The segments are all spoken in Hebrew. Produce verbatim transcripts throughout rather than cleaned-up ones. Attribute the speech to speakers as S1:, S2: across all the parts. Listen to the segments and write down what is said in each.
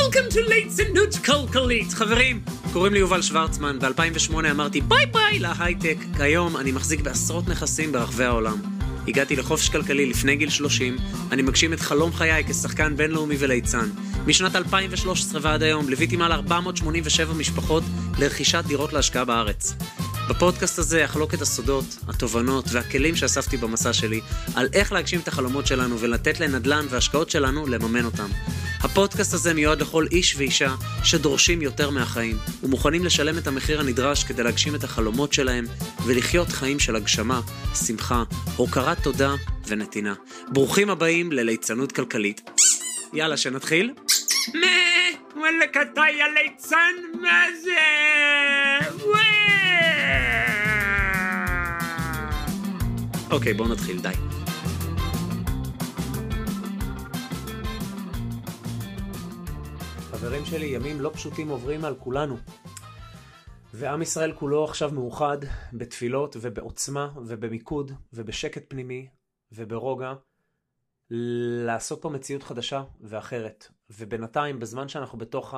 S1: Welcome to ליצנות כלכלית. חברים, קוראים לי יובל שוורצמן. ב-אלפיים ושמונה אמרתי ביי ביי להייטק. כיום אני מחזיק בעשרות נכסים ברחבי העולם. הגעתי לחופש כלכלי לפני גיל שלושים. אני מגשים את חלום חיי כשחקן בינלאומי וליצן. משנת אלפיים ושלוש עשרה ועד היום ליוויתי מעל ארבע מאות שמונים ושבע משפחות לרכישת דירות להשקעה בארץ. בפודקאסט הזה אחלוק את הסודות, התובנות והכלים שאספתי במסע שלי על איך להגשים את החלומות שלנו ולתת לנדל"ן והשקעות שלנו לממן אותם. הפודקאסט הזה מיועד לכל איש ואישה שדורשים יותר מהחיים ומוכנים לשלם את המחיר הנדרש כדי להגשים את החלומות שלהם ולחיות חיים של הגשמה, שמחה, הוקרת תודה ונתינה. ברוכים הבאים לליצנות כלכלית. יאללה, שנתחיל? מה? וואלק אתה יא ליצן? מה זה? אוקיי, בואו נתחיל, די. חברים שלי, ימים לא פשוטים עוברים על כולנו. ועם ישראל כולו עכשיו מאוחד בתפילות ובעוצמה ובמיקוד ובשקט פנימי וברוגע לעשות פה מציאות חדשה ואחרת. ובינתיים, בזמן שאנחנו בתוך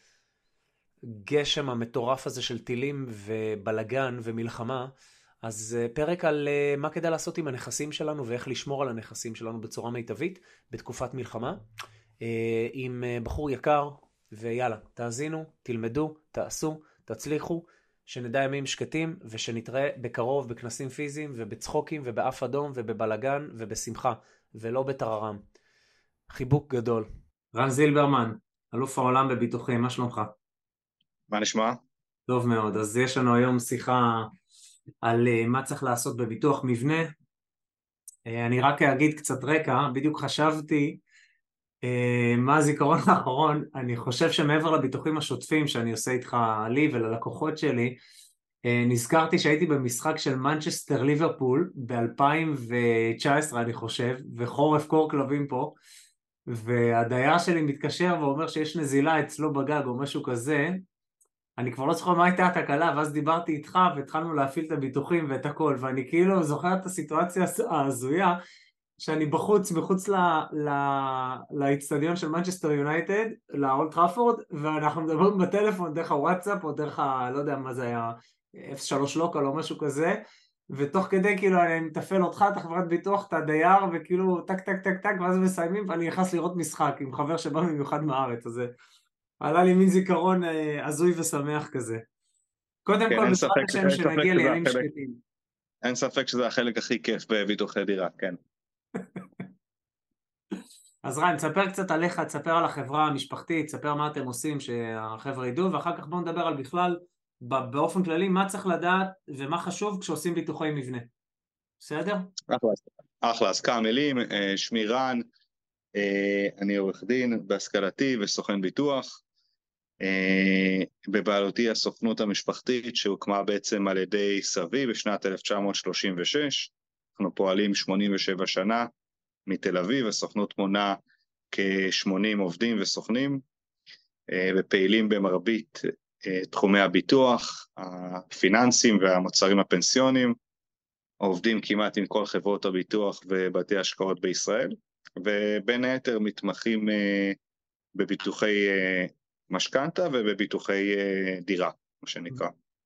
S1: הגשם המטורף הזה של טילים ובלגן ומלחמה, אז פרק על מה כדאי לעשות עם הנכסים שלנו ואיך לשמור על הנכסים שלנו בצורה מיטבית בתקופת מלחמה. עם בחור יקר, ויאללה, תאזינו, תלמדו, תעשו, תצליחו, שנדע ימים שקטים ושנתראה בקרוב בכנסים פיזיים ובצחוקים ובאף אדום ובבלגן ובשמחה ולא בטררם. חיבוק גדול. רן זילברמן, אלוף העולם בביטוחים, מה שלומך?
S2: מה נשמע?
S1: טוב מאוד, אז יש לנו היום שיחה על מה צריך לעשות בביטוח מבנה. אני רק אגיד קצת רקע, בדיוק חשבתי מה הזיכרון האחרון. אני חושב שמעבר לביטוחים השוטפים שאני עושה איתך לי וללקוחות שלי, נזכרתי שהייתי במשחק של מנצ'סטר ליברפול ב-אלפיים ותשע עשרה אני חושב, וחורף קור כלבים פה, והדייר שלי מתקשר ואומר שיש נזילה אצלו בגג או משהו כזה. אני כבר לא זוכר מה הייתה התקלה, ואז דיברתי איתך והתחלנו להפעיל את הביטוחים ואת הכל, ואני כאילו זוכר את הסיטואציה ההזויה, שאני בחוץ, מחוץ לאצטדיון של מנצ'סטר יונייטד, לאולד טראפורד, ואנחנו מדברים בטלפון דרך הוואטסאפ, או דרך ה... לא יודע מה זה היה, אפס שלוש לוקל או משהו כזה, ותוך כדי כאילו אני מטפל אותך, את החברת ביטוח, את הדייר, וכאילו טק טק טק טק, ואז מסיימים, ואני נכנס לראות משחק עם חבר שבא במיוחד מארץ, אז עלה לי מין זיכרון עזוי ושמח כזה. קודם כל, בעזרת השם שנגיע לימים שקטים.
S2: אין ספק שזה החלק הכי כיף בביטוחי דירה, כן.
S1: אז רן, תספר קצת עליך, תספר על החברה המשפחתית, תספר מה אתם עושים שהחבר'ה ידעו, ואחר כך בואו נדבר על בכלל, באופן כללי, מה צריך לדעת ומה חשוב כשעושים ביטוחי מבנה. בסדר?
S2: אחלה, אחלה. אז כמה מילים, שמי רן, אני עורך דין בהשכלתי וסוכן ביטוח, בבעלותי הסוכנות המשפחתית שהוקמה בעצם על ידי סבי בשנת אלף תשע מאות שלושים ושש, אנחנו פועלים שמונים ושבע שנה מתל אביב, הסוכנות מונה כ-שמונים עובדים וסוכנים, ופעילים במרבית תחומי הביטוח, הפיננסים והמוצרים הפנסיוניים, עובדים כמעט עם כל חברות הביטוח ובתי השקעות בישראל, ובין היתר מתמחים בביטוחי משכנתה ובביטוחי דירה, מה שנקרא.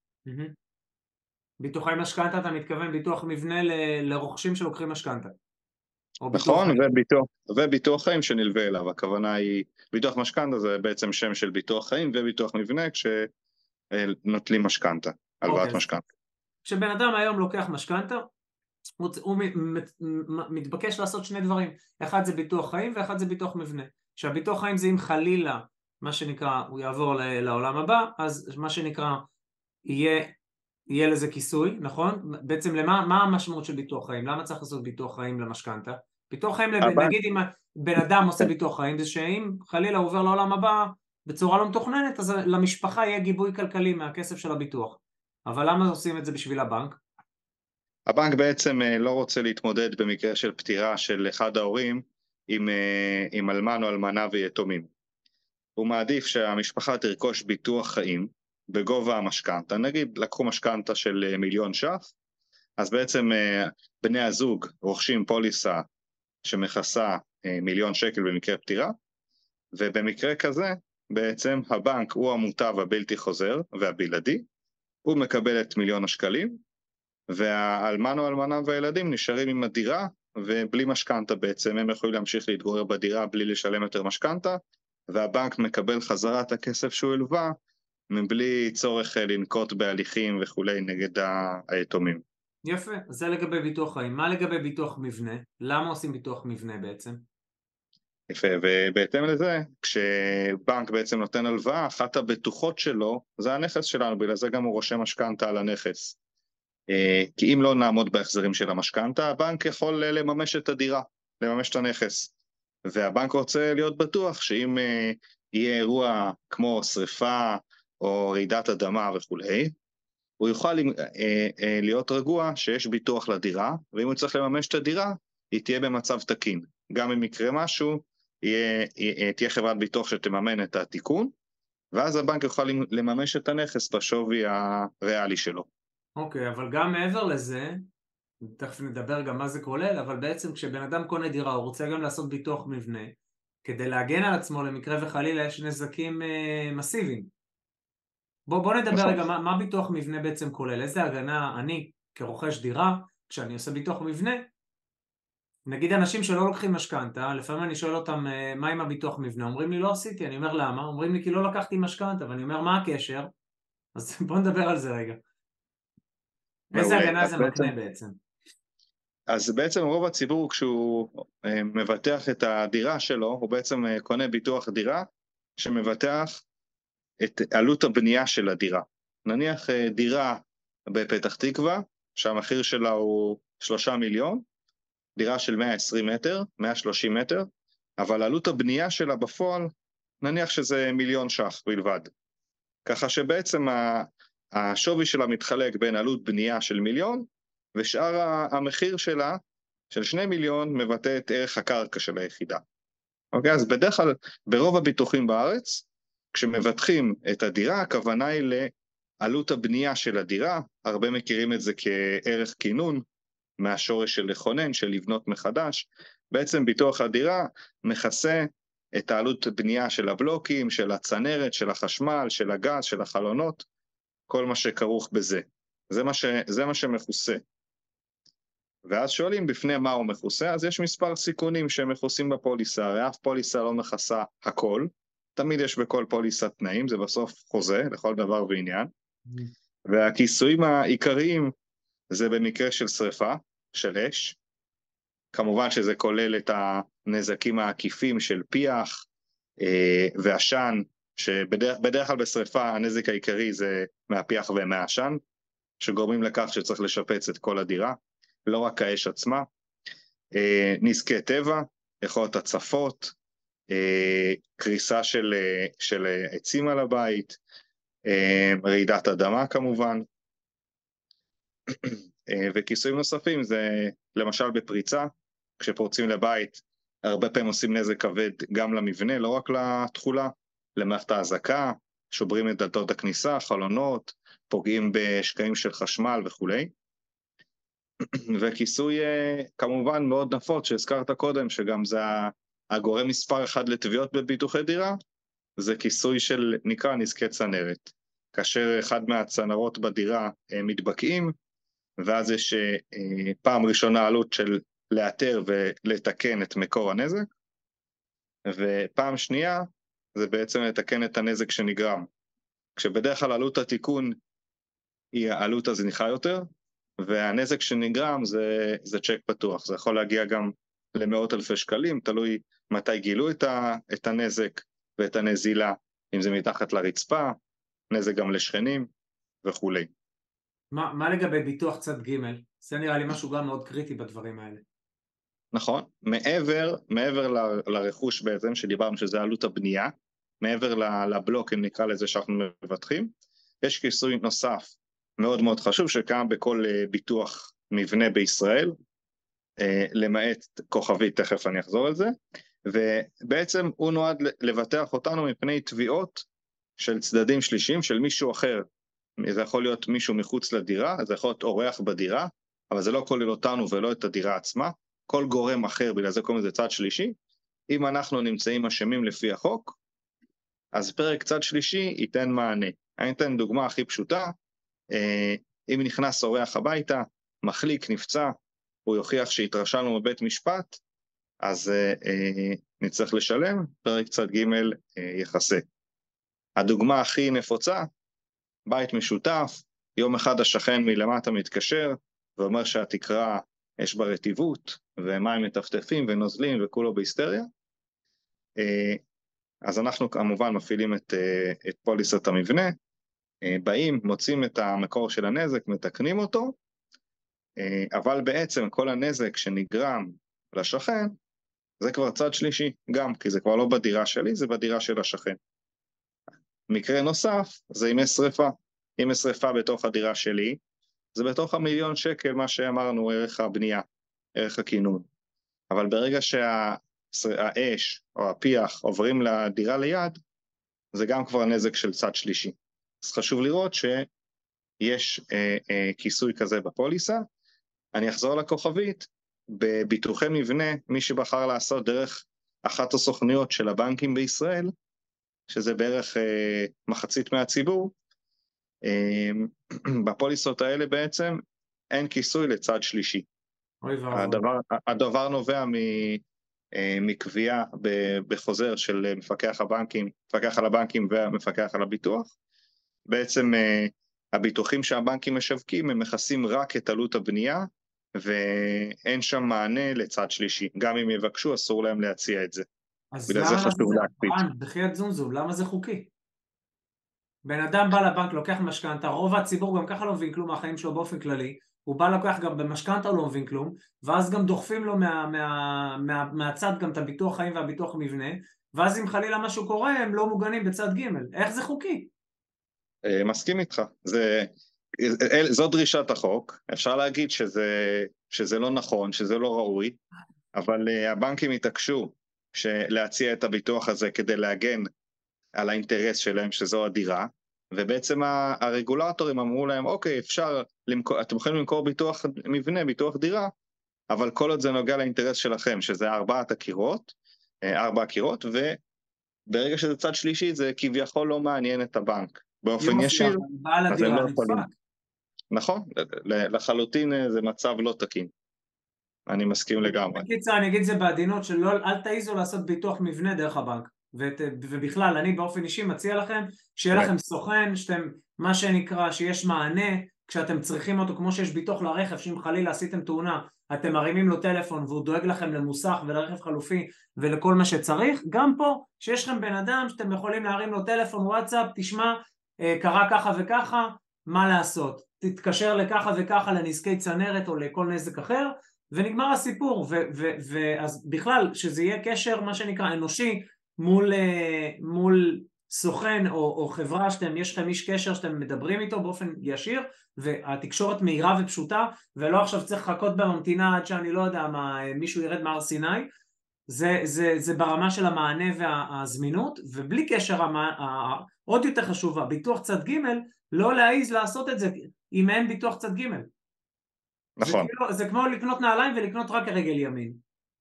S1: ביטוחי משכנתה, אתה מתכוון ביטוח מבנה לרוכשים שלוקחים משכנתה?
S2: נכון, וביטוח, וביטוח חיים שנלווה אליו. הכוונה היא, ביטוח משכנתה זה בעצם שם של ביטוח חיים וביטוח מבנה כשנוטלים משכנתה, הלוואת משכנתה.
S1: כשבן אדם היום לוקח משכנתה, הוא, הוא מתבקש לעשות שני דברים. אחד זה ביטוח חיים ואחד זה ביטוח מבנה. שהביטוח חיים זה אם חלילה, מה שנקרא, הוא יעבור לעולם הבא, אז מה שנקרא, יהיה, יהיה לזה כיסוי, נכון? בעצם למה, מה המשמעות של ביטוח חיים? למה צריך לעשות ביטוח חיים למשכנתה? ביטוח חיים, נגיד אם בן אדם עושה ביטוח חיים, זה שאם חלילה הוא עובר לעולם הבא בצורה לא מתוכננת, אז למשפחה יהיה גיבוי כלכלי מהכסף של הביטוח. אבל למה עושים את זה בשביל הבנק?
S2: הבנק בעצם לא רוצה להתמודד במקרה של פטירה של אחד ההורים עם, עם אלמן או אלמנה ויתומים. הוא מעדיף שהמשפחה תרכוש ביטוח חיים בגובה המשכנתה, נגיד לקחו משכנתה של מיליון ש"ח, אז בעצם בני הזוג רוכשים פוליסה שמכסה מיליון שקל במקרה פטירה, ובמקרה כזה בעצם הבנק הוא המוטב הבלתי חוזר והבלעדי, הוא מקבל את מיליון השקלים, והאלמן או אלמנה והילדים נשארים עם הדירה, ובלי משכנתה בעצם, הם יכולים להמשיך להתגורר בדירה בלי לשלם יותר משכנתה, והבנק מקבל חזרה את הכסף שהוא הלווה, מבלי צורך לנקוט בהליכים וכולי נגד היתומים.
S1: יפה, אז זה לגבי ביטוח חיים. מה לגבי ביטוח מבנה? למה עושים ביטוח מבנה בעצם?
S2: יפה, ובהתאם לזה, כשבנק בעצם נותן הלוואה, אחת הבטוחות שלו זה הנכס שלנו, בגלל זה גם הוא רושם משכנתה על הנכס. כי אם לא נעמוד בהחזרים של המשכנתה, הבנק יכול לממש את הדירה, לממש את הנכס. והבנק רוצה להיות בטוח שאם יהיה אירוע כמו שריפה או רעידת אדמה וכולי, הוא יוכל להיות רגוע שיש ביטוח לדירה, ואם הוא צריך לממש את הדירה, היא תהיה במצב תקין. גם אם יקרה משהו, יהיה, תהיה חברת ביטוח שתממן את התיקון, ואז הבנק יוכל לממש את הנכס בשווי הריאלי שלו.
S1: אוקיי, אבל גם מעבר לזה, תכף נדבר גם מה זה כולל, אבל בעצם כשבן אדם קונה דירה, הוא רוצה גם לעשות ביטוח מבנה, כדי להגן על עצמו למקרה וחלילה יש נזקים אה, מסיביים. בוא, בוא נדבר
S2: נכון.
S1: רגע מה, מה ביטוח מבנה בעצם כולל, איזה הגנה אני כרוכש דירה, כשאני עושה ביטוח מבנה, נגיד אנשים שלא לוקחים משכנתה, לפעמים אני שואל אותם מה עם הביטוח מבנה, אומרים לי לא עשיתי, אני אומר למה, אומרים לי כי לא לקחתי משכנתה, ואני אומר מה הקשר, אז בוא נדבר על זה רגע. איזה
S2: מעולה.
S1: הגנה
S2: אז
S1: זה
S2: בעצם,
S1: מקנה בעצם?
S2: אז בעצם רוב הציבור כשהוא מבטח את הדירה שלו, הוא בעצם קונה ביטוח דירה שמבטח את עלות הבנייה של הדירה. נניח דירה בפתח תקווה, שהמחיר שלה הוא שלושה מיליון, דירה של מאה ועשרים מטר, מאה ושלושים מטר, אבל עלות הבנייה שלה בפועל, נניח שזה מיליון ש"ח בלבד. ככה שבעצם השווי שלה מתחלק בין עלות בנייה של מיליון, ושאר המחיר שלה, של שני מיליון, מבטא את ערך הקרקע של היחידה. אוקיי, אז בדרך כלל, ברוב הביטוחים בארץ, כשמבטחים את הדירה, הכוונה היא לעלות הבנייה של הדירה, הרבה מכירים את זה כערך כינון, מהשורש של לכונן, של לבנות מחדש. בעצם ביטוח הדירה מכסה את העלות בנייה של הבלוקים, של הצנרת, של החשמל, של הגז, של החלונות, כל מה שכרוך בזה. זה מה, ש... זה מה שמכוסה. ואז שואלים בפני מה הוא מכוסה, אז יש מספר סיכונים שמכוסים בפוליסה, הרי אף פוליסה לא מכסה הכל, תמיד יש בכל פוליסה תנאים, זה בסוף חוזה לכל דבר ועניין, והכיסויים העיקריים זה במקרה של שריפה, של אש, כמובן שזה כולל את הנזקים העקיפים של פיח אה, ועשן, שבדרך כלל בשריפה הנזק העיקרי זה מהפיח ומהעשן, שגורמים לכך שצריך לשפץ את כל הדירה, לא רק האש עצמה, אה, נזקי טבע, יכולות הצפות, אה, קריסה של, של עצים על הבית, אה, רעידת אדמה כמובן, וכיסויים נוספים זה למשל בפריצה, כשפורצים לבית, הרבה פעמים עושים נזק כבד גם למבנה, לא רק לתכולה, למערכת ההזקה, שוברים את דלתות הכניסה, חלונות, פוגעים בשקעים של חשמל וכולי. וכיסוי כמובן מאוד נפוץ שהזכרת קודם, שגם זה הגורם מספר אחד לתביעות בביטוחי דירה, זה כיסוי של נקרא נזקי צנרת. כאשר אחד מהצנרות בדירה מתבקעים, ואז יש פעם ראשונה עלות של לאתר ולתקן את מקור הנזק, ופעם שנייה זה בעצם לתקן את הנזק שנגרם. כשבדרך כלל עלות התיקון היא העלות הזניחה יותר, והנזק שנגרם זה, זה צ'ק פתוח, זה יכול להגיע גם למאות אלפי שקלים, תלוי מתי גילו את, ה, את הנזק ואת הנזילה, אם זה מתחת לרצפה, נזק גם לשכנים וכולי.
S1: מה, מה לגבי ביטוח צד ג'? זה נראה לי משהו גם מאוד קריטי בדברים האלה.
S2: נכון, מעבר, מעבר ל, לרכוש בעצם שדיברנו שזה עלות הבנייה, מעבר לבלוק, אם נקרא לזה שאנחנו מבטחים, יש כיסוי נוסף מאוד מאוד חשוב שקיים בכל ביטוח מבנה בישראל, למעט כוכבית, תכף אני אחזור על זה, ובעצם הוא נועד לבטח אותנו מפני תביעות של צדדים שלישיים, של מישהו אחר. זה יכול להיות מישהו מחוץ לדירה, זה יכול להיות אורח בדירה, אבל זה לא כולל אותנו ולא את הדירה עצמה, כל גורם אחר, בגלל זה קוראים לזה צד שלישי. אם אנחנו נמצאים אשמים לפי החוק, אז פרק צד שלישי ייתן מענה. אני אתן דוגמה הכי פשוטה, אם נכנס אורח הביתה, מחליק, נפצע, הוא יוכיח שהתרשלנו בבית משפט, אז נצטרך לשלם, פרק צד ג' יחסה. הדוגמה הכי נפוצה, בית משותף, יום אחד השכן מלמטה מתקשר, ואומר שהתקרה יש בה רטיבות, ומים מטפטפים ונוזלים וכולו בהיסטריה. אז אנחנו כמובן מפעילים את, את פוליסת המבנה, באים, מוצאים את המקור של הנזק, מתקנים אותו, אבל בעצם כל הנזק שנגרם לשכן, זה כבר צד שלישי גם, כי זה כבר לא בדירה שלי, זה בדירה של השכן. מקרה נוסף, זה אם יש שריפה. אם יש שריפה בתוך הדירה שלי, זה בתוך המיליון שקל, מה שאמרנו, ערך הבנייה, ערך הכינון. אבל ברגע שהאש או הפיח עוברים לדירה ליד, זה גם כבר נזק של צד שלישי. אז חשוב לראות שיש אה, אה, כיסוי כזה בפוליסה. אני אחזור לכוכבית, בביטוחי מבנה, מי שבחר לעשות דרך אחת הסוכניות של הבנקים בישראל, שזה בערך אה, מחצית מהציבור, אה, בפוליסות האלה בעצם אין כיסוי לצד שלישי. הדבר, הדבר נובע מ, אה, מקביעה בחוזר של מפקח הבנקים, מפקח על הבנקים ומפקח על הביטוח. בעצם אה, הביטוחים שהבנקים משווקים הם מכסים רק את עלות הבנייה, ואין שם מענה לצד שלישי. גם אם יבקשו, אסור להם להציע את זה.
S1: אז למה זה חשוב להקפיד? בחייאת זונזו, למה זה חוקי? בן אדם בא לבנק, לוקח משכנתה, רוב הציבור גם ככה לא מבין כלום מהחיים שלו באופן כללי, הוא בא לקוח גם במשכנתה, הוא לא מבין כלום, ואז גם דוחפים לו מה, מה, מה, מהצד גם את הביטוח חיים והביטוח מבנה, ואז אם חלילה משהו קורה, הם לא מוגנים בצד ג'. איך זה חוקי?
S2: מסכים איתך. זה, זו דרישת החוק. אפשר להגיד שזה, שזה לא נכון, שזה לא ראוי, אבל הבנקים התעקשו להציע את הביטוח הזה כדי להגן על האינטרס שלהם שזו הדירה, ובעצם הרגולטורים אמרו להם, אוקיי, אפשר, למכור, אתם יכולים למכור ביטוח מבנה, ביטוח דירה, אבל כל עוד זה נוגע לאינטרס שלכם, שזה ארבעת הקירות, ארבע הקירות, וברגע שזה צד שלישי, זה כביכול לא מעניין את הבנק. באופן ישיר, אז הם לא יכולים. נכון, לחלוטין זה מצב לא תקין. אני מסכים לגמרי.
S1: בקיצר, אני אגיד את זה בעדינות, שלא, אל תעיזו לעשות ביטוח מבנה דרך הבנק. ובכלל, אני באופן אישי מציע לכם, שיהיה לכם סוכן, שאתם, מה שנקרא, שיש מענה, כשאתם צריכים אותו, כמו שיש ביטוח לרכב, שאם חלילה עשיתם תאונה, אתם מרימים לו טלפון, והוא דואג לכם למוסך ולרכב חלופי, ולכל מה שצריך. גם פה, שיש לכם בן אדם, שאתם יכולים להרים לו טלפון, וואטסאפ, תשמע, קרה ככה וככה, מה לעשות? תתקשר לככה וככה לנזקי צנרת, או לכל נזק אחר, ונגמר הסיפור. ואז בכלל, שזה יהיה קשר, מה שנקרא, אנושי, מול, מול סוכן או, או חברה שאתם, יש לכם איש קשר שאתם מדברים איתו באופן ישיר, והתקשורת מהירה ופשוטה, ולא עכשיו צריך לחכות בממתינה עד שאני לא יודע מה, מישהו ירד מהר סיני. זה, זה, זה ברמה של המענה והזמינות, ובלי קשר, המה, עוד יותר חשוב, הביטוח צד ג' לא להעיז לעשות את זה, אם אין ביטוח צד ג'.
S2: נכון.
S1: זה, כאילו, זה כמו לקנות נעליים ולקנות רק רגל ימין.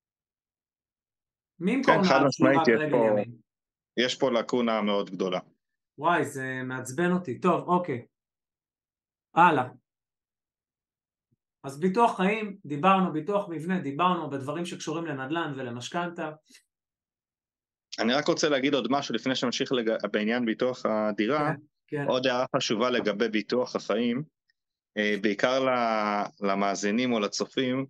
S1: מי ימכור
S2: כן, חד משמעית,
S1: רק רגל
S2: פה,
S1: ימין?
S2: יש פה לקונה מאוד גדולה.
S1: וואי, זה מעצבן אותי. טוב, אוקיי. הלאה. אז ביטוח חיים, דיברנו, ביטוח מבנה, דיברנו בדברים שקשורים לנדל"ן ולמשכנתה.
S2: אני רק רוצה להגיד עוד משהו לפני שממשיך לג... בעניין ביטוח הדירה. כן, כן. עוד הערה חשובה לגבי ביטוח החיים, בעיקר למאזינים או לצופים,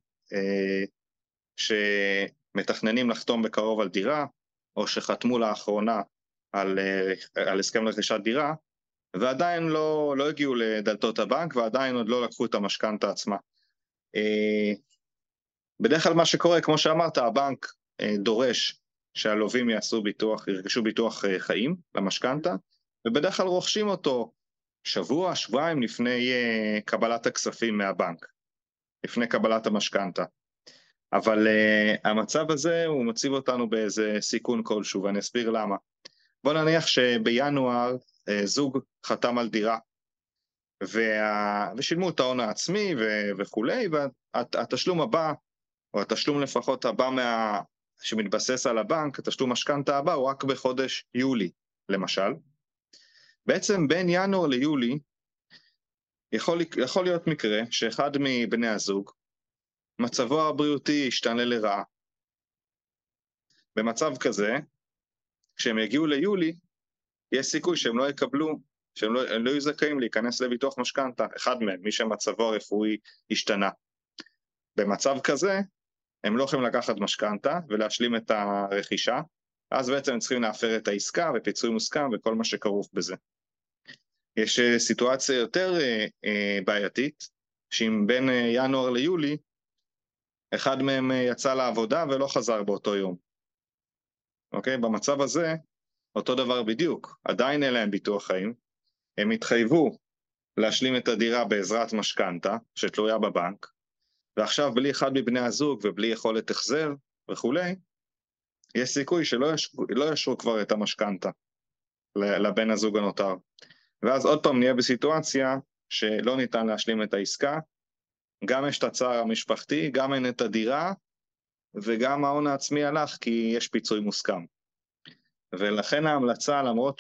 S2: שמתכננים לחתום בקרוב על דירה, או שחתמו לאחרונה על, על הסכם לרכישת דירה, ועדיין לא, לא הגיעו לדלתות הבנק, ועדיין עוד לא לקחו את המשכנתה עצמה. בדרך כלל מה שקורה, כמו שאמרת, הבנק דורש שהלווים יעשו ביטוח, ירכשו ביטוח חיים למשכנתה, ובדרך כלל רוכשים אותו שבוע, שבועיים לפני קבלת הכספים מהבנק, לפני קבלת המשכנתה. אבל uh, המצב הזה הוא מציב אותנו באיזה סיכון כלשהו, ואני אסביר למה. בוא נניח שבינואר uh, זוג חתם על דירה, וה... ושילמו את ההון העצמי ו... וכולי, והתשלום הבא, או התשלום לפחות הבא מה... שמתבסס על הבנק, התשלום משכנתה הבא הוא רק בחודש יולי. למשל, בעצם בין ינואר ליולי יכול, יכול להיות מקרה שאחד מבני הזוג, מצבו הבריאותי ישתנה לרעה. במצב כזה, כשהם יגיעו ליולי, יש סיכוי שהם לא יקבלו, שהם לא, לא יהיו זכאים להיכנס לביטוח משכנתה, אחד מהם, מי שמצבו הרפואי השתנה. במצב כזה, הם לא יכולים לקחת משכנתה ולהשלים את הרכישה, אז בעצם הם צריכים להפר את העסקה ופיצוי מוסכם וכל מה שכרוך בזה. יש סיטואציה יותר בעייתית, שאם בין ינואר ליולי, אחד מהם יצא לעבודה ולא חזר באותו יום. אוקיי? במצב הזה, אותו דבר בדיוק, עדיין אין להם ביטוח חיים, הם התחייבו להשלים את הדירה בעזרת משכנתה, שתלויה בבנק, ועכשיו בלי אחד מבני הזוג ובלי יכולת החזר וכולי, יש סיכוי שלא ישרו, לא ישרו כבר את המשכנתה לבן הזוג הנותר. ואז עוד פעם נהיה בסיטואציה שלא ניתן להשלים את העסקה, גם יש את הצער המשפחתי, גם אין את הדירה, וגם ההון העצמי הלך כי יש פיצוי מוסכם. ולכן ההמלצה, למרות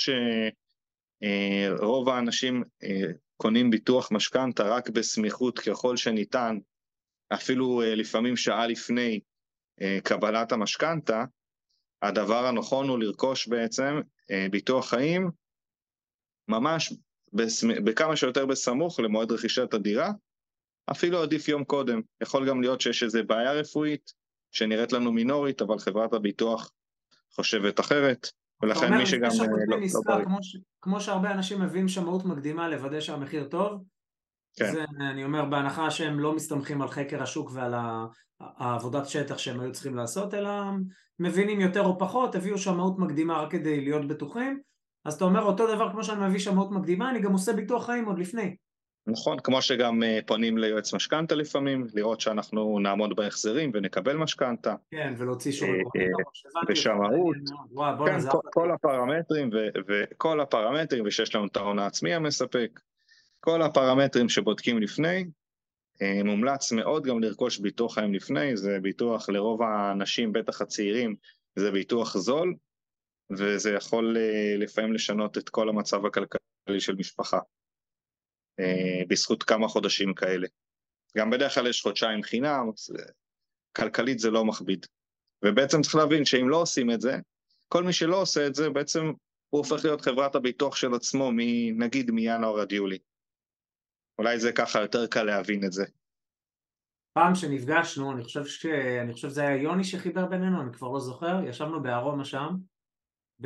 S2: שרוב האנשים קונים ביטוח משכנתה רק בסמיכות ככל שניתן, אפילו לפעמים שעה לפני קבלת המשכנתה, הדבר הנכון הוא לרכוש בעצם ביטוח חיים ממש בכמה שיותר בסמוך למועד רכישת הדירה, אפילו עדיף יום קודם. יכול גם להיות שיש איזו בעיה רפואית שנראית לנו מינורית, אבל חברת הביטוח חושבת אחרת, ולכן מי שגם
S1: לא, לא בריא. כמו, ש, כמו שהרבה אנשים מביאים שמאות מקדימה לוודא שהמחיר טוב, כן. זה אני אומר בהנחה שהם לא מסתמכים על חקר השוק ועל העבודת שטח שהם היו צריכים לעשות, אלא מבינים יותר או פחות, הביאו שמאות מקדימה רק כדי להיות בטוחים, אז אתה אומר אותו דבר כמו שאני מביא שמאות מקדימה, אני גם עושה ביטוח חיים עוד לפני.
S2: נכון, כמו שגם פונים ליועץ משכנתה לפעמים, לראות שאנחנו נעמוד בהחזרים ונקבל משכנתה.
S1: כן, ולהוציא שורי
S2: ושמאות, כן, כל הפרמטרים וכל הפרמטרים, ושיש לנו את ההון העצמי המספק, כל הפרמטרים שבודקים לפני, מומלץ מאוד גם לרכוש ביטוח חיים לפני, זה ביטוח לרוב האנשים, בטח הצעירים, זה ביטוח זול, וזה יכול לפעמים לשנות את כל המצב הכלכלי של משפחה. בזכות כמה חודשים כאלה. גם בדרך כלל יש חודשיים חינם, כלכלית זה לא מכביד. ובעצם צריך להבין שאם לא עושים את זה, כל מי שלא עושה את זה, בעצם הוא הופך להיות חברת הביטוח של עצמו, נגיד מינואר עד יולי. אולי זה ככה יותר קל להבין את זה.
S1: פעם שנפגשנו, אני חושב ש... אני חושב שזה היה יוני שחיבר בינינו, אני כבר לא זוכר, ישבנו בארומה שם, ב...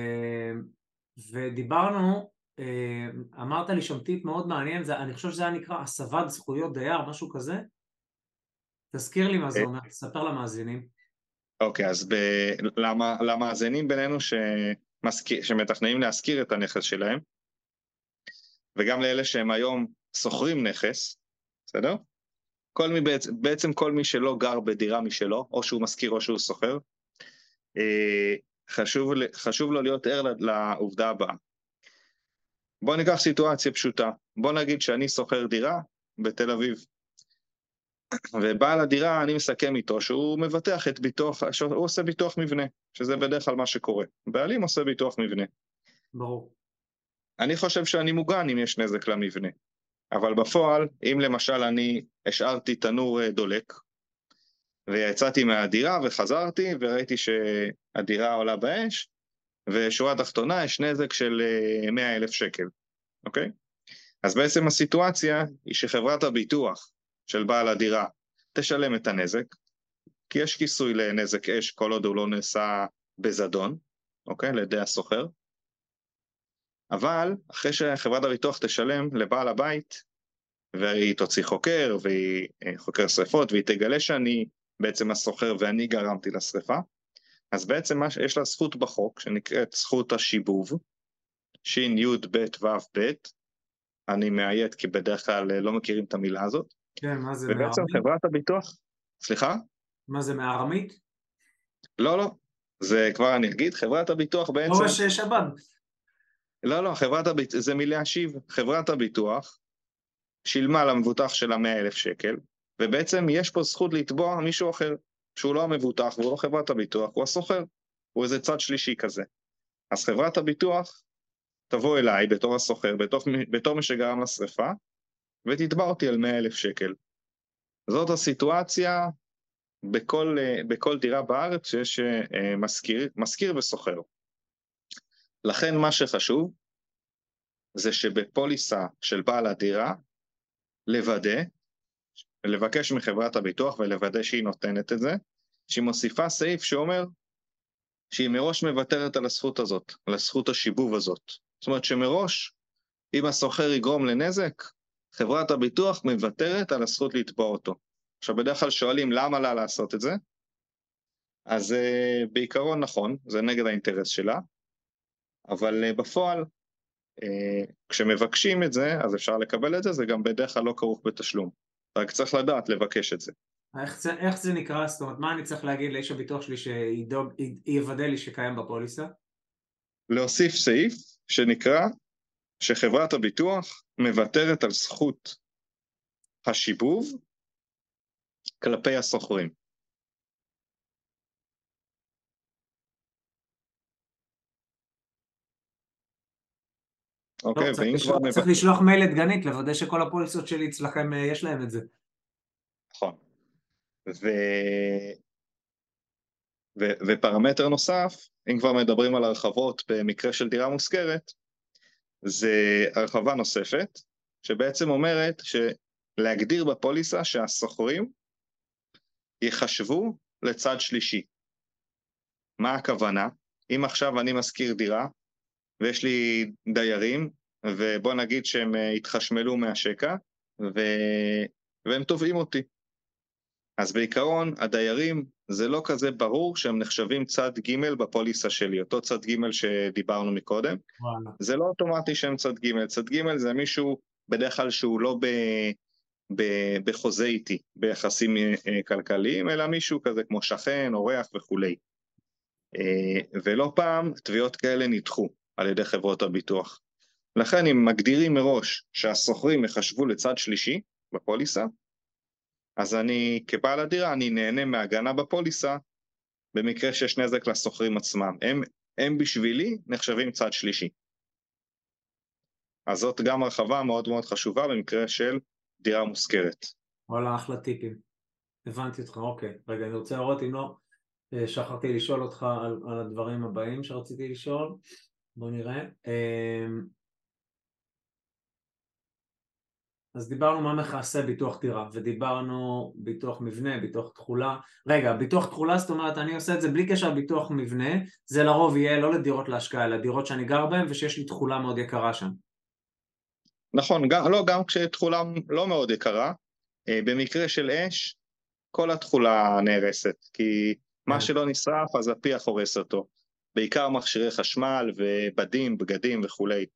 S1: ודיברנו, אמרת לי שם טיפ מאוד מעניין, זה, אני חושב שזה היה נקרא הסבת זכויות דייר, משהו כזה. תזכיר לי מה זה אומר, תספר למאזינים.
S2: אוקיי, אז ב... למה, למאזינים בינינו שמזכיר, שמתכננים להזכיר את הנכס שלהם, וגם לאלה שהם היום שוכרים נכס, בסדר? כל מי, בעצם, בעצם כל מי שלא גר בדירה משלו, או שהוא מזכיר או שהוא שוכר, חשוב, חשוב לו להיות ער לעובדה הבאה. בוא ניקח סיטואציה פשוטה, בוא נגיד שאני שוכר דירה בתל אביב, ובעל הדירה אני מסכם איתו שהוא מבטח את ביטוח, הוא עושה ביטוח מבנה, שזה בדרך כלל מה שקורה, בעלים עושה ביטוח מבנה.
S1: ברור.
S2: אני חושב שאני מוגן אם יש נזק למבנה, אבל בפועל, אם למשל אני השארתי תנור דולק, ויצאתי מהדירה וחזרתי וראיתי שהדירה עולה באש, ושורה תחתונה יש נזק של מאה אלף שקל, אוקיי? אז בעצם הסיטואציה היא שחברת הביטוח של בעל הדירה תשלם את הנזק, כי יש כיסוי לנזק אש כל עוד הוא לא נעשה בזדון, אוקיי? לידי הסוחר. אבל אחרי שחברת הביטוח תשלם לבעל הבית, והיא תוציא חוקר, והיא חוקר שריפות, והיא תגלה שאני בעצם הסוחר ואני גרמתי לשריפה, אז בעצם יש לה זכות בחוק, שנקראת זכות השיבוב, שין יוד בית וו בית, אני מעיית כי בדרך כלל לא מכירים את המילה הזאת.
S1: כן, מה זה,
S2: ובעצם
S1: מארמית?
S2: חברת הביטוח, סליחה?
S1: מה זה, מארמית?
S2: לא, לא, זה כבר אני אגיד, חברת הביטוח בעצם...
S1: לא ראשי שבת.
S2: לא, לא, חברת הביטוח, זה מלהשיב, חברת הביטוח שילמה למבוטח שלה מאה אלף שקל, ובעצם יש פה זכות לתבוע מישהו אחר, שהוא לא המבוטח והוא לא חברת הביטוח, הוא הסוחר, הוא איזה צד שלישי כזה. אז חברת הביטוח תבוא אליי בתור הסוחר, בתור, בתור מי שגרם לשריפה, ותתבע אותי על מאה אלף שקל. זאת הסיטואציה בכל, בכל דירה בארץ שיש מזכיר, מזכיר וסוחר. לכן מה שחשוב זה שבפוליסה של בעל הדירה, לוודא, לבקש מחברת הביטוח ולוודא שהיא נותנת את זה, שהיא מוסיפה סעיף שאומר שהיא מראש מוותרת על הזכות הזאת, על הזכות השיבוב הזאת. זאת אומרת שמראש, אם הסוחר יגרום לנזק, חברת הביטוח מוותרת על הזכות לתבוע אותו. עכשיו בדרך כלל שואלים למה לה לעשות את זה, אז uh, בעיקרון נכון, זה נגד האינטרס שלה, אבל uh, בפועל, uh, כשמבקשים את זה, אז אפשר לקבל את זה, זה גם בדרך כלל לא כרוך בתשלום. רק צריך לדעת לבקש את זה.
S1: איך זה, איך זה נקרא? זאת אומרת, מה אני צריך להגיד לאיש הביטוח שלי שיוודא לי שקיים בפוליסה?
S2: להוסיף סעיף שנקרא שחברת הביטוח מוותרת על זכות השיבוב כלפי הסוחרים. אוקיי,
S1: צריך,
S2: ואם
S1: לשלוח,
S2: כבר...
S1: צריך לשלוח מייל לדגנית, לוודא שכל הפוליסות שלי אצלכם יש להם את זה.
S2: נכון. ו... ו... ופרמטר נוסף, אם כבר מדברים על הרחבות במקרה של דירה מושכרת, זה הרחבה נוספת, שבעצם אומרת שלהגדיר בפוליסה שהסוחרים יחשבו לצד שלישי. מה הכוונה? אם עכשיו אני מזכיר דירה, ויש לי דיירים, ובוא נגיד שהם התחשמלו מהשקע, ו... והם תובעים אותי. אז בעיקרון, הדיירים, זה לא כזה ברור שהם נחשבים צד ג' בפוליסה שלי, אותו צד ג' שדיברנו מקודם.
S1: וואלה.
S2: זה לא אוטומטי שהם צד ג', צד ג' זה מישהו בדרך כלל שהוא לא ב... ב... בחוזה איתי, ביחסים כלכליים, אלא מישהו כזה כמו שכן, אורח וכולי. ולא פעם תביעות כאלה נדחו על ידי חברות הביטוח. לכן אם מגדירים מראש שהסוחרים יחשבו לצד שלישי בפוליסה, אז אני כבעל הדירה, אני נהנה מהגנה בפוליסה, במקרה שיש נזק לסוחרים עצמם. הם, הם בשבילי נחשבים צד שלישי. אז זאת גם הרחבה מאוד מאוד חשובה במקרה של דירה מושכרת.
S1: וואלה, אחלה טיפים. הבנתי אותך, אוקיי. רגע, אני רוצה לראות אם לא, שכחתי לשאול אותך על, על הדברים הבאים שרציתי לשאול. בוא נראה. אז דיברנו מה מכסה ביטוח דירה, ודיברנו ביטוח מבנה, ביטוח תחולה. רגע, ביטוח תחולה, זאת אומרת, אני עושה את זה בלי קשר ביטוח מבנה, זה לרוב יהיה לא לדירות להשקעה, אלא דירות שאני גר בהן, ושיש לי תחולה מאוד יקרה שם.
S2: נכון, גם, לא, גם כשתחולה לא מאוד יקרה, במקרה של אש, כל התחולה נהרסת, כי מה שלא נשרף, אז הפיח הורס אותו. בעיקר מכשירי חשמל ובדים, בגדים וכולי.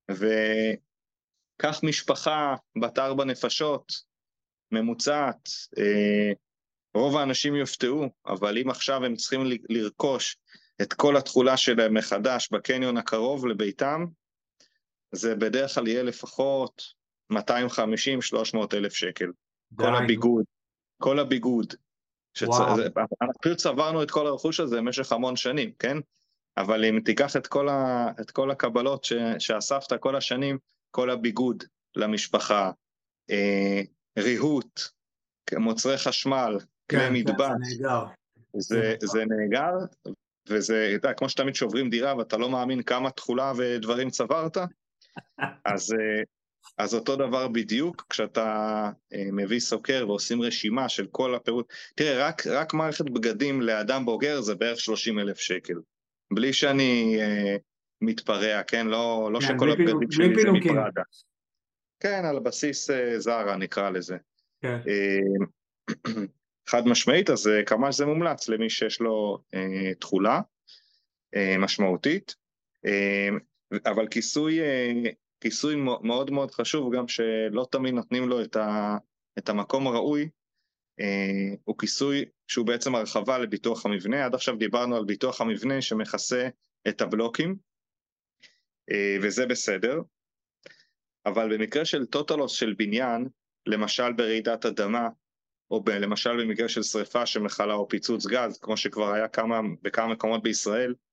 S2: וכך משפחה בת ארבע נפשות, ממוצעת, רוב האנשים יופתעו, אבל אם עכשיו הם צריכים לרכוש את כל התחולה שלהם מחדש בקניון הקרוב לביתם, זה בדרך כלל יהיה לפחות מאתיים וחמישים עד שלוש מאות אלף שקל. כל הביגוד, כל הביגוד. אנחנו צברנו את כל הרכוש הזה במשך המון שנים, כן? אבל אם תיקח את כל, ה, את כל הקבלות ש, שאספת כל השנים, כל הביגוד למשפחה, אה, ריהוט, מוצרי חשמל, כלי
S1: כן,
S2: מטבח,
S1: כן, זה נאגר.
S2: זה, זה נאגר, וזה, אתה, כמו שתמיד שוברים דירה ואתה לא מאמין כמה תחולה ודברים צברת, אז, אז אותו דבר בדיוק, כשאתה מביא סוקר ועושים רשימה של כל הפירוט, תראה, רק, רק מערכת בגדים לאדם בוגר זה בערך שלושים אלף שקל, בלי שאני אה, מתפרע, כן? לא, לא
S1: כן,
S2: שכל
S1: בלי
S2: הבגדים
S1: פינוק,
S2: שלי
S1: בלי
S2: זה
S1: פינוקים.
S2: מפרדה. כן, על בסיס אה, זרה נקרא לזה.
S1: כן.
S2: אה, חד משמעית, אז כמה שזה מומלץ למי שיש לו אה, תחולה אה, משמעותית, אה, אבל כיסוי, אה, כיסוי מאוד מאוד חשוב, גם שלא תמיד נותנים לו את, ה, את המקום הראוי, אה, הוא כיסוי שהוא בעצם הרחבה לביטוח המבנה. עד עכשיו דיברנו על ביטוח המבנה שמכסה את הבלוקים, אה, וזה בסדר, אבל במקרה של טוטלוס של בניין, למשל ברעידת אדמה, או ב, למשל במקרה של שריפה שמחלה או פיצוץ גז, כמו שכבר היה כמה, בכמה מקומות בישראל,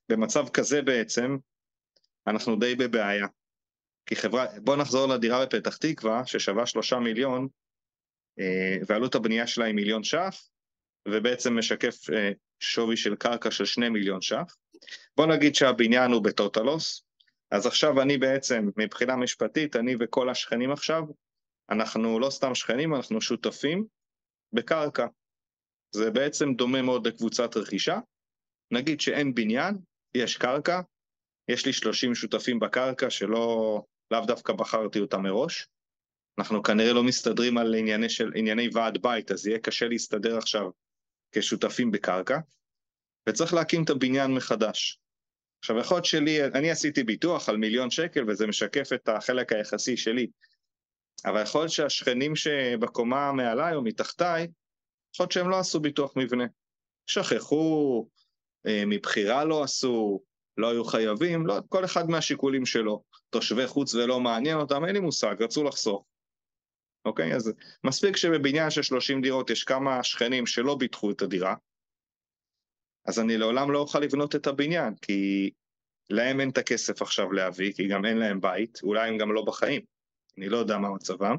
S2: במצב כזה בעצם, אנחנו די בבעיה. כי חברה, בוא נחזור לדירה בפתח תקווה, ששווה שלושה מיליון, ועלות הבנייה שלה היא מיליון ש"ח, ובעצם משקף שווי של קרקע של שני מיליון ש"ח. בוא נגיד שהבניין הוא בטוטלוס, אז עכשיו אני בעצם, מבחינה משפטית, אני וכל השכנים עכשיו, אנחנו לא סתם שכנים, אנחנו שותפים בקרקע. זה בעצם דומה מאוד לקבוצת רכישה. נגיד שאין בניין, יש קרקע, יש לי שלושים שותפים בקרקע שלא, לאו דווקא בחרתי אותה מראש. אנחנו כנראה לא מסתדרים על ענייני, של, ענייני ועד בית, אז יהיה קשה להסתדר עכשיו כשותפים בקרקע, וצריך להקים את הבניין מחדש. עכשיו, יכול להיות שלי, אני עשיתי ביטוח על מיליון שקל, וזה משקף את החלק היחסי שלי, אבל יכול להיות שהשכנים שבקומה מעליי או מתחתיי, יכול להיות שהם לא עשו ביטוח מבנה. שכחו, מבחירה לא עשו, לא היו חייבים, לא, כל אחד מהשיקולים שלו. תושבי חוץ ולא מעניין אותם, אין לי מושג, רצו לחסוך. אוקיי? אז מספיק שבבניין של שלושים דירות יש כמה שכנים שלא ביטחו את הדירה, אז אני לעולם לא אוכל לבנות את הבניין, כי להם אין את הכסף עכשיו להביא, כי גם אין להם בית, אולי הם גם לא בחיים, אני לא יודע מה מצבם.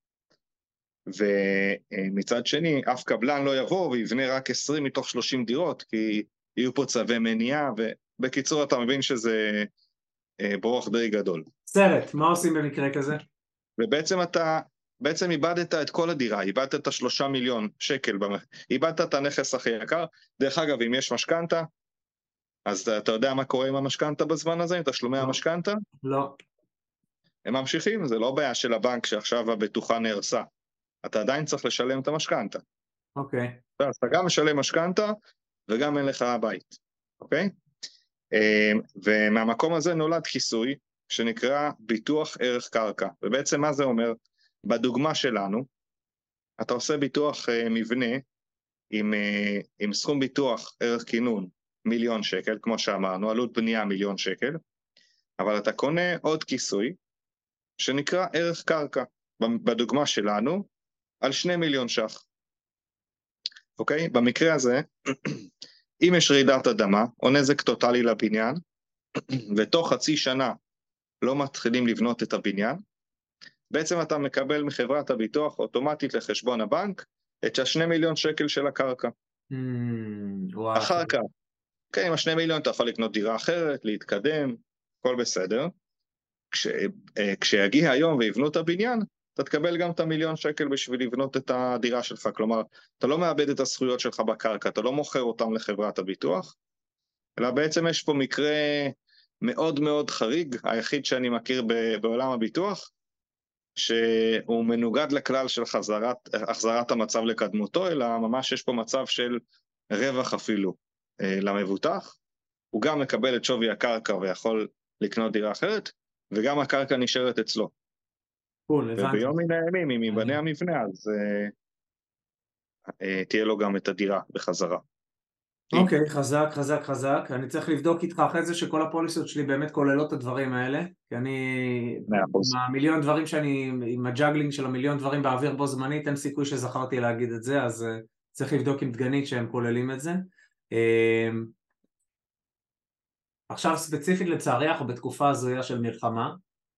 S2: ומצד שני, אף קבלן לא יבוא ויבנה רק עשרים מתוך שלושים דירות, כי יהיו פה צווי מניעה, ובקיצור אתה מבין שזה ברוך די גדול.
S1: סרט, מה עושים במקרה כזה?
S2: ובעצם אתה, בעצם איבדת את כל הדירה, איבדת את השלושה מיליון שקל, איבדת את הנכס הכי יקר. דרך אגב, אם יש משכנתה, אז אתה יודע מה קורה עם המשכנתה בזמן הזה, עם תשלומי המשכנתה?
S1: לא.
S2: הם ממשיכים, זה לא בעיה של הבנק שעכשיו הבטוחה נהרסה. אתה עדיין צריך לשלם את המשכנתה.
S1: אוקיי.
S2: אז אתה גם משלם משכנתה, וגם אין לך בית, אוקיי? ומהמקום הזה נולד כיסוי, שנקרא ביטוח ערך קרקע. ובעצם מה זה אומר? בדוגמה שלנו, אתה עושה ביטוח מבנה, עם, עם סכום ביטוח ערך כינון מיליון שקל, כמו שאמרנו, עלות בנייה מיליון שקל, אבל אתה קונה עוד כיסוי, שנקרא ערך קרקע, בדוגמה שלנו, על שני מיליון ש"ח. אוקיי? במקרה הזה, אם יש רעידת אדמה, או נזק טוטלי לבניין, ותוך חצי שנה לא מתחילים לבנות את הבניין, בעצם אתה מקבל מחברת הביטוח אוטומטית לחשבון הבנק, את השני מיליון שקל של הקרקע.
S1: Mm,
S2: אחר כך, כן, עם השני מיליון אתה יכול לקנות דירה אחרת, להתקדם, הכל בסדר. כש, כשיגיע היום ויבנו את הבניין, אתה תקבל גם את המיליון שקל בשביל לבנות את הדירה שלך. כלומר, אתה לא מאבד את הזכויות שלך בקרקע, אתה לא מוכר אותם לחברת הביטוח, אלא בעצם יש פה מקרה מאוד מאוד חריג, היחיד שאני מכיר בעולם הביטוח, שהוא מנוגד לכלל של חזרת, החזרת המצב לקדמותו, אלא ממש יש פה מצב של רווח אפילו אה, למבוטח. הוא גם מקבל את שווי הקרקע ויכול לקנות דירה אחרת, וגם הקרקע נשארת אצלו.
S1: קול, הבנתי.
S2: וביום מן הימים, אם ייבנה המבנה, אז אה, אה, תהיה לו גם את הדירה בחזרה.
S1: אוקיי, okay, חזק, חזק, חזק. אני צריך לבדוק איתך אחרי זה שכל הפוליסות שלי באמת כוללות את הדברים האלה, כי אני, עם המיליון דברים שאני, עם הג'אגלינג של המיליון דברים באוויר בו זמנית, אין סיכוי שזכרתי להגיד את זה, אז uh, צריך לבדוק עם דגנית שהם כוללים את זה. Uh, עכשיו ספציפית לצערי אנחנו בתקופה הזויה של מלחמה,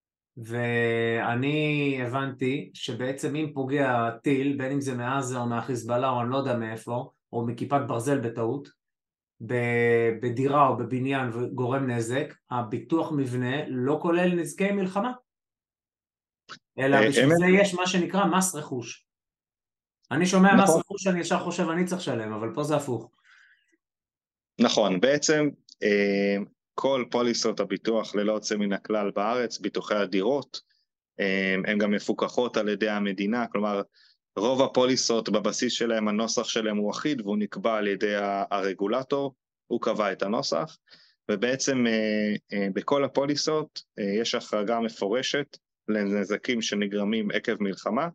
S1: ואני הבנתי שבעצם אם פוגע טיל, בין אם זה מעזה או מהחיזבאללה או אני לא יודע מאיפה, או מכיפת ברזל בטעות, בדירה או בבניין וגורם נזק, הביטוח מבנה לא כולל נזקי מלחמה, אלא בשביל זה יש מה שנקרא מס רכוש. אני שומע מס רכוש שאני ישר חושב אני צריך לשלם, אבל פה זה הפוך.
S2: נכון, בעצם כל פוליסות הביטוח ללא יוצא מן הכלל בארץ, ביטוחי הדירות, הן גם מפוקחות על ידי המדינה, כלומר רוב הפוליסות בבסיס שלהם, הנוסח שלהם הוא אחיד, והוא נקבע על ידי הרגולטור, הוא קבע את הנוסח, ובעצם בכל הפוליסות יש החרגה מפורשת לנזקים שנגרמים עקב מלחמה,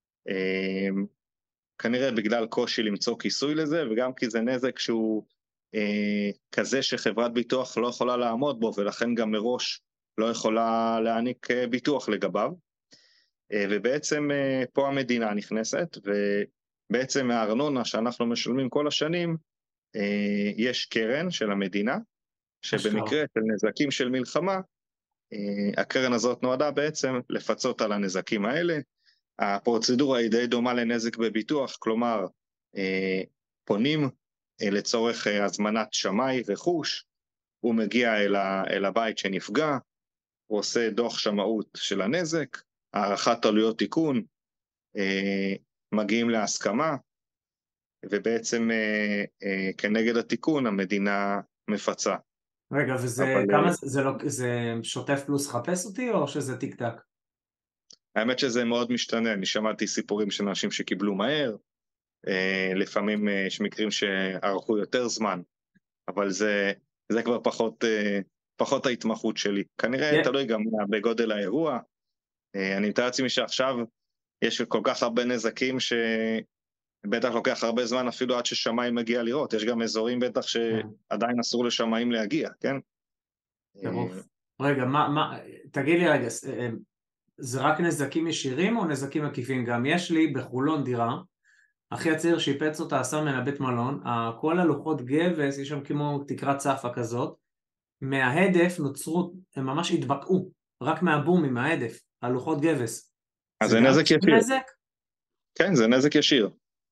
S2: כנראה בגלל קושי למצוא כיסוי לזה, וגם כי זה נזק שהוא כזה שחברת ביטוח לא יכולה לעמוד בו, ולכן גם מראש לא יכולה להעניק ביטוח לגביו. ובעצם פה המדינה נכנסת, ובעצם מהארנונה שאנחנו משלמים כל השנים, יש קרן של המדינה, שבמקרה של נזקים של מלחמה, הקרן הזאת נועדה בעצם לפצות על הנזקים האלה. הפרוצדורה היא די דומה לנזק בביטוח, כלומר, פונים לצורך הזמנת שמאי רכוש, הוא מגיע אל, ה, אל הבית שנפגע, הוא עושה דוח שמאות של הנזק, הערכת עלויות תיקון, מגיעים להסכמה, ובעצם כנגד התיקון המדינה מפצה.
S1: רגע, וזה
S2: אבל,
S1: כמה זה, זה, לא, זה שוטף פלוס חפש אותי או שזה טיק טק?
S2: האמת שזה מאוד משתנה, אני שמעתי סיפורים של אנשים שקיבלו מהר, לפעמים יש מקרים שערכו יותר זמן, אבל זה, זה כבר פחות, פחות ההתמחות שלי. כנראה yeah. תלוי גם בגודל האירוע. אני מתאר לעצמי שעכשיו יש כל כך הרבה נזקים שבטח לוקח הרבה זמן אפילו עד ששמאי מגיע לראות. יש גם אזורים בטח שעדיין אסור לשמאים להגיע, כן?
S1: טרוף. רגע, מה, מה, תגיד לי רגע, זה רק נזקים ישירים או נזקים עקיפים? גם יש לי בחולון דירה, אחי הצעיר שיפץ אותה, עשה ממנה בית מלון, כל הלוחות גבס, יש שם כמו תקרת צפה כזאת, מההדף נוצרו, הם ממש התבקעו, רק מהבומים, מההדף, הלוחות גבס.
S2: אז זה, זה נזק ישיר.
S1: נזק?
S2: כן, זה נזק ישיר.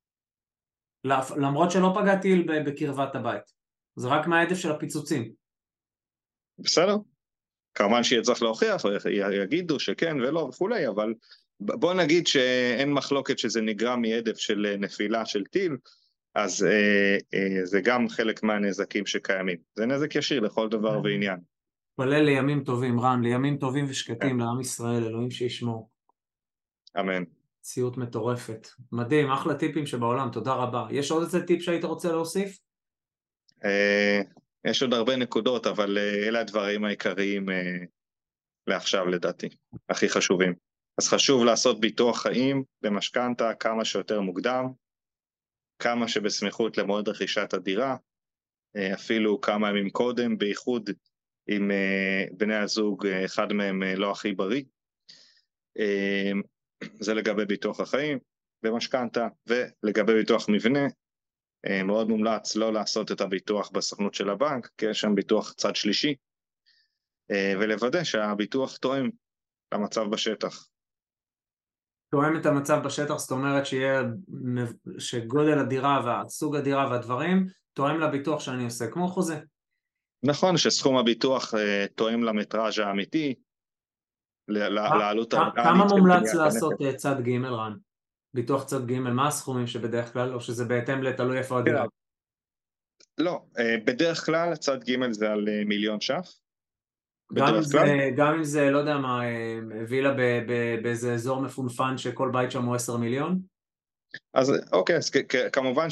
S1: למרות שלא פגעתי בקרבת הבית, זה רק מההדף של הפיצוצים.
S2: בסדר, כמובן שיהיה צריך להוכיח, יגידו שכן ולא וכולי, אבל בוא נגיד שאין מחלוקת שזה נגרם מהדף של נפילה של טיל, אז אה, אה, זה גם חלק מהנזקים שקיימים. זה נזק ישיר לכל דבר ועניין.
S1: פלל לימים טובים, רן, לימים טובים ושקטים לעם ישראל, אלוהים שישמור.
S2: אמן.
S1: ציוט מטורפת. מדהים, אחלה טיפים שבעולם, תודה רבה. יש עוד איזה טיפ שהיית רוצה להוסיף?
S2: אה, יש עוד הרבה נקודות, אבל אה, אלה הדברים העיקריים אה, לעכשיו לדעתי, הכי חשובים. אז חשוב לעשות ביטוח חיים במשכנתה כמה שיותר מוקדם, כמה שבסמיכות למועד רכישת הדירה, אפילו כמה ימים קודם, בייחוד עם בני הזוג, אחד מהם לא הכי בריא. זה לגבי ביטוח החיים במשכנתה, ולגבי ביטוח מבנה, מאוד מומלץ לא לעשות את הביטוח בסוכנות של הבנק, כי יש שם ביטוח צד שלישי, ולוודא שהביטוח תואם למצב בשטח.
S1: תואם את המצב בשטח, זאת אומרת שיהיה, שגודל הדירה והסוג הדירה והדברים, תואם לביטוח שאני עושה, כמו חוזה.
S2: נכון, שסכום הביטוח תואם למטראז' האמיתי, לעלות הריאלית.
S1: כמה מומלץ לעשות צד ג' רן? ביטוח צד ג', מה הסכומים שבדרך כלל, או שזה בהתאם לתלוי איפה הדירה?
S2: לא, בדרך כלל צד ג' זה על מיליון ש"ח.
S1: גם אם, זה, גם אם זה, לא יודע מה, וילה באיזה אזור מפונפן שכל בית שם הוא עשרה מיליון?
S2: אז אוקיי, אז כמובן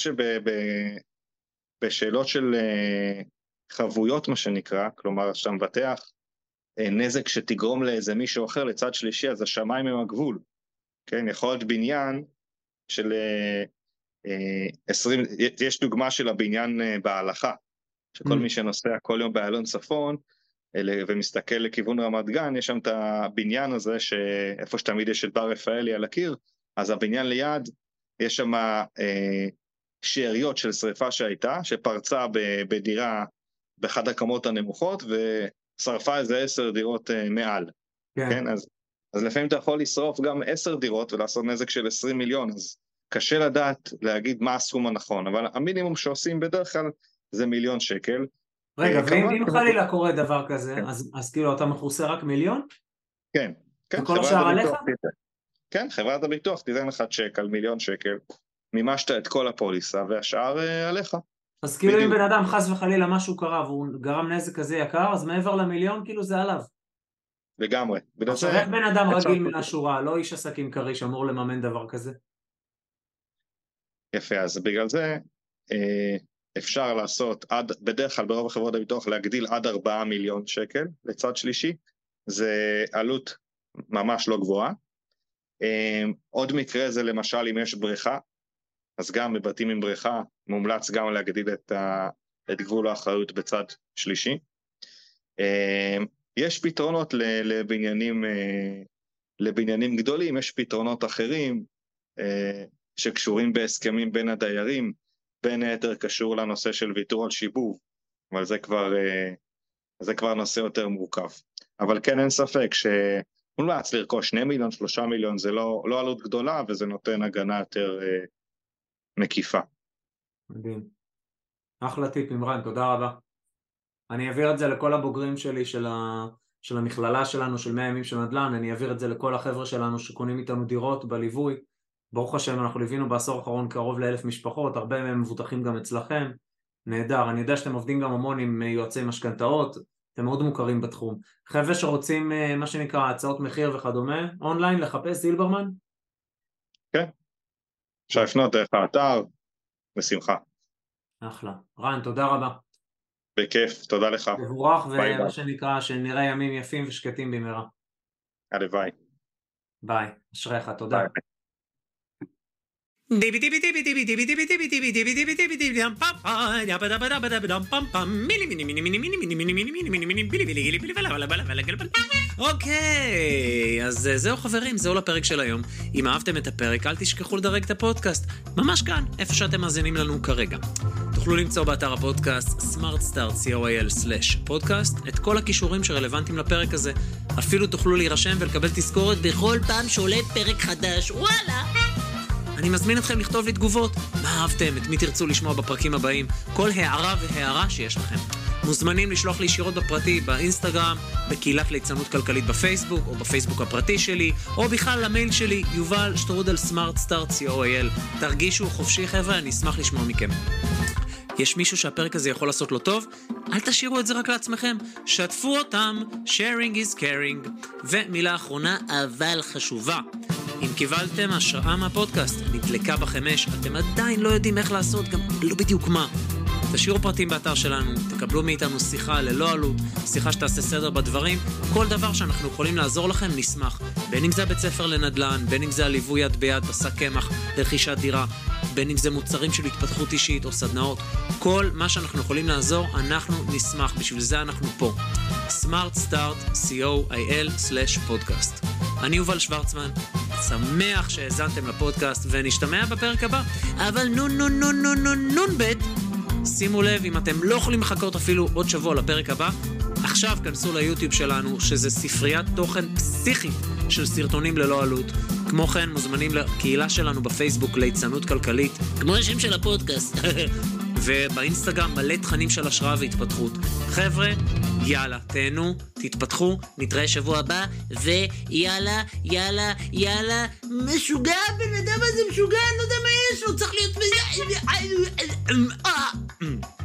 S2: שבשאלות של חבויות מה שנקרא, כלומר שאתה מבטח נזק שתגרום לאיזה מישהו אחר לצד שלישי, אז השמיים הם הגבול. כן, יכול להיות בניין של עשרים, יש דוגמה של הבניין בהלכה, שכל מי שנוסע כל יום באלון צפון, ומסתכל לכיוון רמת גן, יש שם את הבניין הזה, שאיפה שתמיד יש את בר רפאלי על הקיר, אז הבניין ליד, יש שם שאריות של שריפה שהייתה, שפרצה בדירה באחד הקומות הנמוכות, ושרפה איזה עשר דירות מעל. כן. כן? אז, אז לפעמים אתה יכול לשרוף גם עשר דירות, ולעשות נזק של עשרים מיליון, אז קשה לדעת להגיד מה הסכום הנכון, אבל המינימום שעושים בדרך כלל, זה מיליון שקל.
S1: רגע, ואם חלילה קורה דבר כזה, אז כאילו אתה מכוסה רק מיליון?
S2: כן.
S1: וכל השאר עליך?
S2: כן, חברת הביטוח תיתן לך צ'ק על מיליון שקל, מימשת את כל הפוליסה, והשאר עליך.
S1: אז כאילו אם בן אדם חס וחלילה משהו קרה, והוא גרם נזק כזה יקר, אז מעבר למיליון כאילו זה עליו.
S2: לגמרי.
S1: עכשיו איך בן אדם רגיל מן השורה, לא איש עסקים קריש, אמור לממן דבר כזה?
S2: יפה, אז בגלל זה אפשר לעשות, עד, בדרך כלל ברוב חברות הביטוח, להגדיל עד ארבעה מיליון שקל לצד שלישי, זה עלות ממש לא גבוהה. עוד מקרה זה למשל אם יש בריכה, אז גם בבתים עם בריכה מומלץ גם להגדיל את, ה, את גבול האחריות בצד שלישי. יש פתרונות לבניינים, לבניינים גדולים, יש פתרונות אחרים שקשורים בהסכמים בין הדיירים, בין היתר קשור לנושא של ויתור על שיבוב, אבל זה כבר אז זה כבר נושא יותר מורכב. אבל כן אין ספק שמומלץ לרכוש שני מיליון, שלושה מיליון, זה לא, לא עלות גדולה, וזה נותן הגנה יותר אה, מקיפה.
S1: מדהים. אחלה טיפ, אימרן, תודה רבה. אני אעביר את זה לכל הבוגרים שלי של, ה... של המכללה שלנו, של מאה ימים של נדל"ן, אני אעביר את זה לכל החבר'ה שלנו שקונים איתנו דירות בליווי. ברוך השם, אנחנו ליווינו בעשור האחרון קרוב לאלף משפחות, הרבה מהם מבוטחים גם אצלכם. נהדר, אני יודע שאתם עובדים גם המון עם יועצי משכנתאות, אתם מאוד מוכרים בתחום. חבר'ה שרוצים מה שנקרא הצעות מחיר וכדומה, אונליין לחפש זילברמן?
S2: כן, אפשר לפנות דרך האתר, בשמחה.
S1: אחלה. רן, תודה רבה.
S2: בכיף, תודה לך.
S1: מבורך, ומה שנקרא, שנראה ימים יפים ושקטים במהרה.
S2: הלוואי.
S1: ביי, אשריך, תודה. ביי.
S3: אוקיי, אז זהו חברים, זהו לפרק של היום. אם אהבתם את הפרק, אל תשכחו לדרג את הפודקאסט, ממש כאן, איפה שאתם מאזינים לנו כרגע. תוכלו למצוא באתר הפודקאסט smartstart co.il slash podcast את כל הכישורים שרלוונטיים לפרק הזה. אפילו תוכלו להירשם ולקבל תזכורת בכל פעם שעולה פרק חדש. וואלה! אני מזמין אתכם לכתוב לי תגובות, מה אהבתם, את מי תרצו לשמוע בפרקים הבאים, כל הערה והערה שיש לכם. מוזמנים לשלוח לי ישירות בפרטי, באינסטגרם, בקהילת ליצנות כלכלית בפייסבוק, או בפייסבוק הפרטי שלי, או בכלל למייל שלי, יובל שטרודל סמארטסטארט סי או איי אל. תרגישו חופשי חבר'ה, אני אשמח לשמוע מכם. יש מישהו שהפרק הזה יכול לעשות לו טוב? אל תשאירו את זה רק לעצמכם, שתפו אותם, sharing is caring. ומילה אחרונה, אבל חשובה. אם קיבלתם השראה מהפודקאסט, נדלקה בחמש, אתם עדיין לא יודעים איך לעשות, גם לא בדיוק מה. תשאירו פרטים באתר שלנו, תקבלו מאיתנו שיחה ללא עלות, שיחה שתעשה סדר בדברים, כל דבר שאנחנו יכולים לעזור לכם נשמח. בין אם זה בית ספר לנדל"ן, בין אם זה הליווי יד ביד, בשק קמח, לרכישת דירה, בין אם זה מוצרים של התפתחות אישית או סדנאות, כל מה שאנחנו יכולים לעזור, אנחנו נשמח, בשביל זה אנחנו פה. smartstart co.il slash podcast. אני יובל שוורצמן, שמח שהזנתם לפודקאסט ונשתמע בפרק הבא. אבל נו נו נו נו נו נו בית, שימו לב, אם אתם לא יכולים לחכות אפילו עוד שבוע לפרק הבא, עכשיו כנסו ליוטיוב שלנו, שזה ספריית תוכן פסיכית של סרטונים ללא עלות. כמו כן, מוזמנים לקהילה שלנו בפייסבוק ליצנות כלכלית, כמו השם של הפודקאסט. ובאינסטגרם מלא תכנים של השראה והתפתחות. חבר'ה, יאללה, תהנו, תתפתחו, נתראה שבוע הבא, ויאללה, יאללה, יאללה, משוגע, בן אדם הזה משוגע, אני לא יודע מה יש לו, צריך להיות...